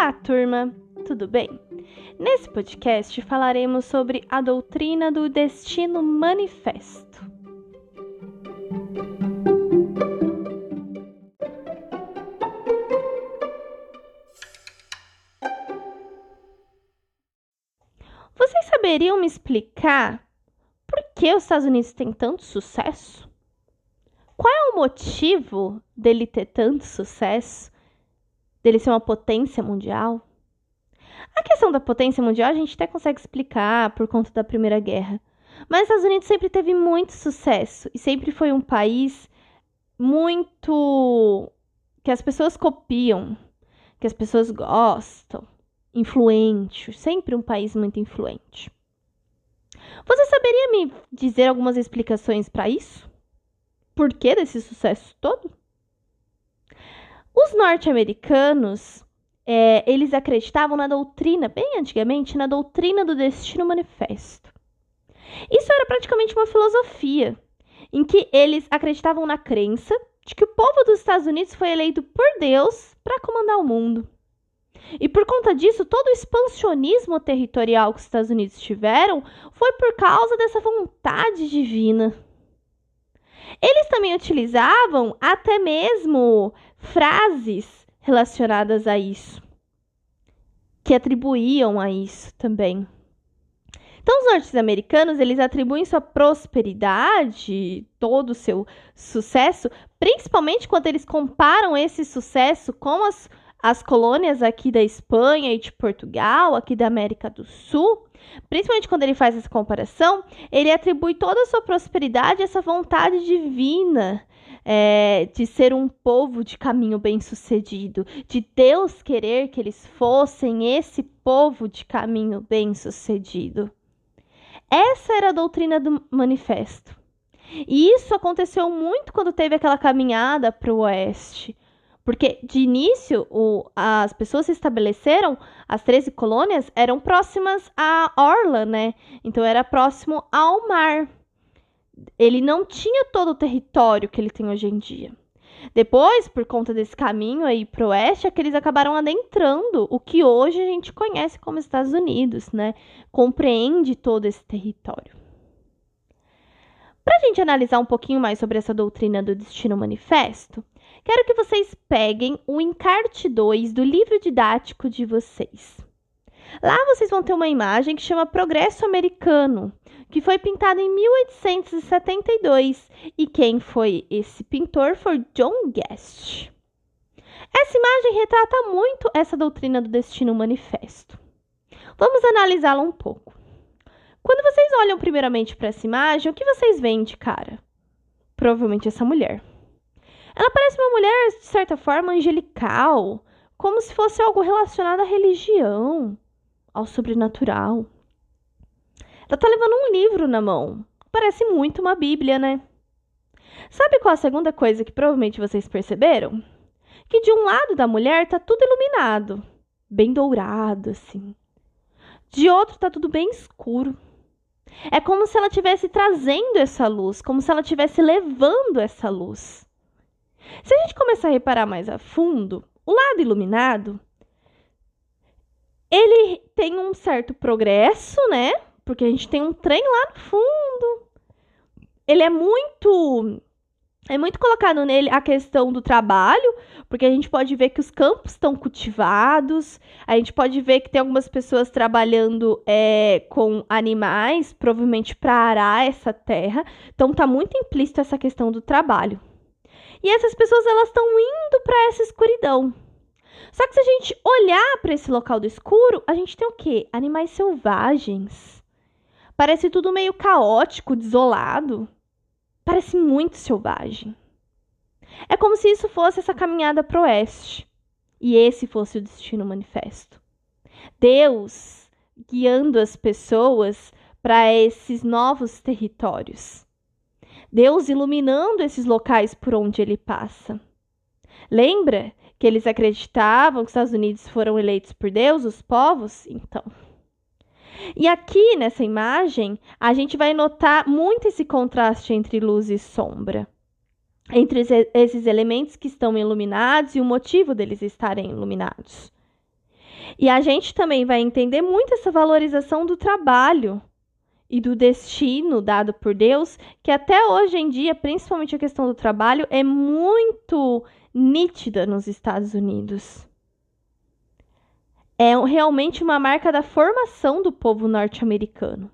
Olá, turma! Tudo bem? Nesse podcast falaremos sobre a doutrina do destino manifesto. Vocês saberiam me explicar por que os Estados Unidos têm tanto sucesso? Qual é o motivo dele ter tanto sucesso? Dele ser uma potência mundial? A questão da potência mundial a gente até consegue explicar por conta da Primeira Guerra. Mas os Estados Unidos sempre teve muito sucesso e sempre foi um país muito que as pessoas copiam, que as pessoas gostam, influente, sempre um país muito influente. Você saberia me dizer algumas explicações para isso? Por que desse sucesso todo? Os norte-americanos, eles acreditavam na doutrina, bem antigamente, na doutrina do destino manifesto. Isso era praticamente uma filosofia, em que eles acreditavam na crença de que o povo dos Estados Unidos foi eleito por Deus para comandar o mundo. E por conta disso, todo o expansionismo territorial que os Estados Unidos tiveram foi por causa dessa vontade divina. Eles também utilizavam até mesmo frases relacionadas a isso, que atribuíam a isso também. Então, os norte-americanos, eles atribuem sua prosperidade, todo o seu sucesso, principalmente quando eles comparam esse sucesso com as colônias aqui da Espanha e de Portugal, aqui da América do Sul. Principalmente quando ele faz essa comparação, ele atribui toda a sua prosperidade a essa vontade divina de ser um povo de caminho bem-sucedido, de Deus querer que eles fossem esse povo de caminho bem-sucedido. Essa era a doutrina do manifesto. E isso aconteceu muito quando teve aquela caminhada para o oeste. Porque, de início, as pessoas se estabeleceram, as 13 colônias eram próximas à orla, né? Então, era próximo ao mar. Ele não tinha todo o território que ele tem hoje em dia. Depois, por conta desse caminho aí para o oeste, é que eles acabaram adentrando o que hoje a gente conhece como Estados Unidos, né? Compreende todo esse território. Para a gente analisar um pouquinho mais sobre essa doutrina do destino manifesto, quero que vocês peguem o encarte 2 do livro didático de vocês. Lá vocês vão ter uma imagem que chama Progresso Americano, que foi pintada em 1872. E quem foi esse pintor foi John Guest. Essa imagem retrata muito essa doutrina do destino manifesto. Vamos analisá-la um pouco. Quando vocês olham primeiramente para essa imagem, o que vocês veem de cara? Provavelmente essa mulher. Ela parece uma mulher, de certa forma, angelical, como se fosse algo relacionado à religião, ao sobrenatural. Ela está levando um livro na mão. Parece muito uma Bíblia, né? Sabe qual a segunda coisa que provavelmente vocês perceberam? Que de um lado da mulher está tudo iluminado, bem dourado, assim. De outro está tudo bem escuro. É como se ela estivesse trazendo essa luz, como se ela estivesse levando essa luz. Se a gente começar a reparar mais a fundo, o lado iluminado, ele tem um certo progresso, né? Porque a gente tem um trem lá no fundo. Ele é muito colocado nele a questão do trabalho, porque a gente pode ver que os campos estão cultivados, a gente pode ver que tem algumas pessoas trabalhando com animais, provavelmente para arar essa terra. Então, está muito implícito essa questão do trabalho. E essas pessoas, elas estão indo para essa escuridão. Só que se a gente olhar para esse local do escuro, a gente tem o quê? Animais selvagens. Parece tudo meio caótico, desolado. Parece muito selvagem. É como se isso fosse essa caminhada para o oeste. E esse fosse o destino manifesto. Deus guiando as pessoas para esses novos territórios. Deus iluminando esses locais por onde ele passa. Lembra que eles acreditavam que os Estados Unidos foram eleitos por Deus, os povos? Então. E aqui nessa imagem, a gente vai notar muito esse contraste entre luz e sombra. Entre esses elementos que estão iluminados e o motivo deles estarem iluminados. E a gente também vai entender muito essa valorização do trabalho e do destino dado por Deus, que até hoje em dia, principalmente a questão do trabalho, é muito nítida nos Estados Unidos. É realmente uma marca da formação do povo norte-americano.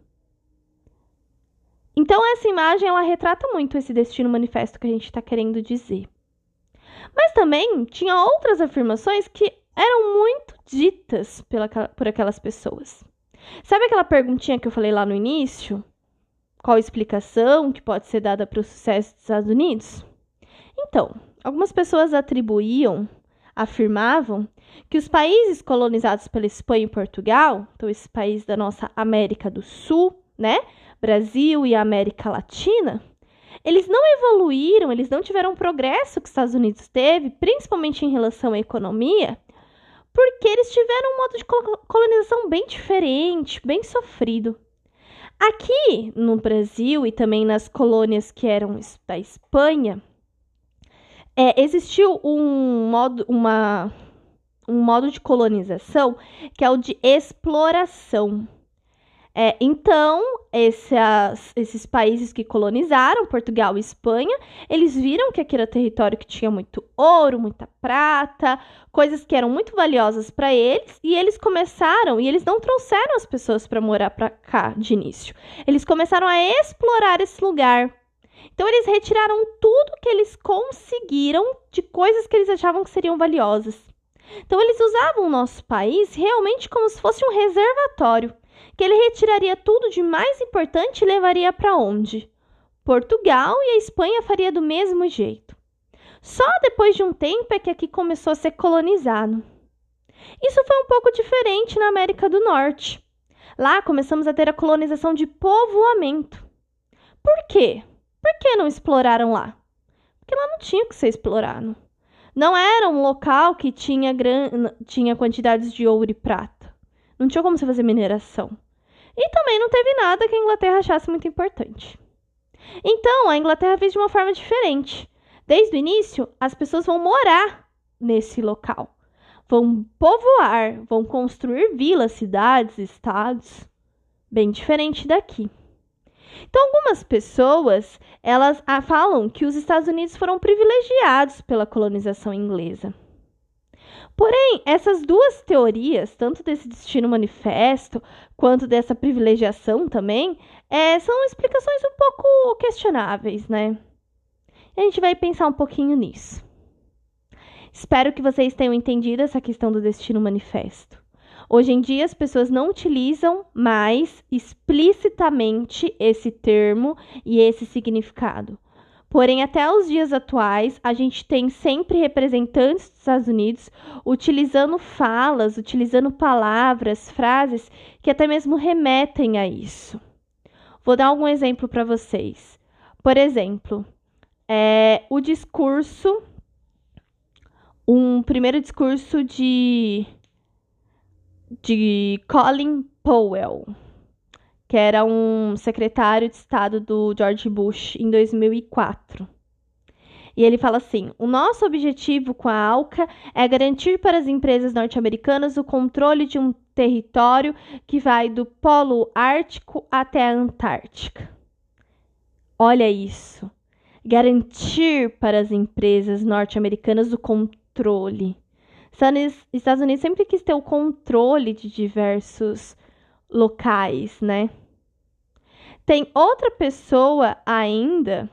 Então, essa imagem, ela retrata muito esse destino manifesto que a gente está querendo dizer. Mas também tinha outras afirmações que eram muito ditas por aquelas pessoas. Sabe aquela perguntinha que eu falei lá no início? Qual a explicação que pode ser dada para o sucesso dos Estados Unidos? Então, algumas pessoas afirmavam que os países colonizados pela Espanha e Portugal, então esse país da nossa América do Sul, né, Brasil e América Latina, eles não evoluíram, eles não tiveram o progresso que os Estados Unidos teve, principalmente em relação à economia, porque eles tiveram um modo de colonização bem diferente, bem sofrido. Aqui no Brasil e também nas colônias que eram da Espanha, existiu um modo de colonização que é o de exploração. Então, esses países que colonizaram, Portugal e Espanha, eles viram que aquele era território que tinha muito ouro, muita prata, coisas que eram muito valiosas para eles, e eles não trouxeram as pessoas para morar para cá de início. Eles começaram a explorar esse lugar. Então, eles retiraram tudo que eles conseguiram de coisas que eles achavam que seriam valiosas. Então, eles usavam o nosso país realmente como se fosse um reservatório, que ele retiraria tudo de mais importante e levaria para onde? Portugal, e a Espanha faria do mesmo jeito. Só depois de um tempo é que aqui começou a ser colonizado. Isso foi um pouco diferente na América do Norte. Lá começamos a ter a colonização de povoamento. Por quê? Por que não exploraram lá? Porque lá não tinha que ser explorado. Não era um local que tinha quantidades de ouro e prata. Não tinha como você fazer mineração. E também não teve nada que a Inglaterra achasse muito importante. Então, a Inglaterra fez de uma forma diferente. Desde o início, as pessoas vão morar nesse local. Vão povoar, vão construir vilas, cidades, estados. Bem diferente daqui. Então, algumas pessoas, elas falam que os Estados Unidos foram privilegiados pela colonização inglesa. Porém, essas duas teorias, tanto desse destino manifesto, quanto dessa privilegiação também, são explicações um pouco questionáveis, né? E a gente vai pensar um pouquinho nisso. Espero que vocês tenham entendido essa questão do destino manifesto. Hoje em dia, as pessoas não utilizam mais explicitamente esse termo e esse significado. Porém, até os dias atuais, a gente tem sempre representantes dos Estados Unidos utilizando falas, utilizando palavras, frases que até mesmo remetem a isso. Vou dar algum exemplo para vocês. Por exemplo, o discurso, um primeiro discurso de Colin Powell, que era um secretário de Estado do George Bush em 2004. E ele fala assim: o nosso objetivo com a ALCA é garantir para as empresas norte-americanas o controle de um território que vai do Polo Ártico até a Antártica. Olha isso. Garantir para as empresas norte-americanas o controle. Estados Unidos sempre quis ter o controle de diversos locais, né? Tem outra pessoa ainda,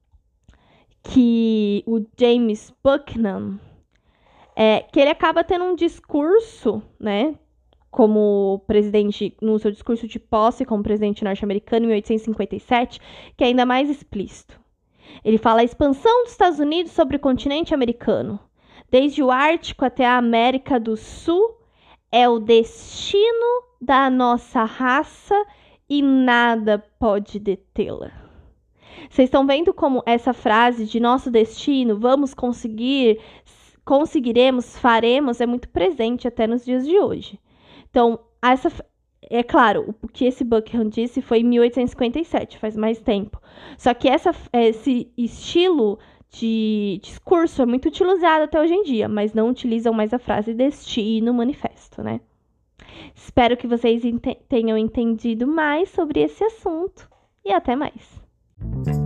que o James Buchanan, que ele acaba tendo um discurso, né, como presidente, no seu discurso de posse como presidente norte-americano em 1857, que é ainda mais explícito. Ele fala a expansão dos Estados Unidos sobre o continente americano, desde o Ártico até a América do Sul, é o destino da nossa raça e nada pode detê-la. Vocês estão vendo como essa frase de nosso destino, vamos conseguir, conseguiremos, faremos, é muito presente até nos dias de hoje. Então, é claro, o que esse Buchanan disse foi em 1857, faz mais tempo. Só que esse estilo de discurso é muito utilizado até hoje em dia, mas não utilizam mais a frase destino manifesto, né? Espero que vocês tenham entendido mais sobre esse assunto e até mais.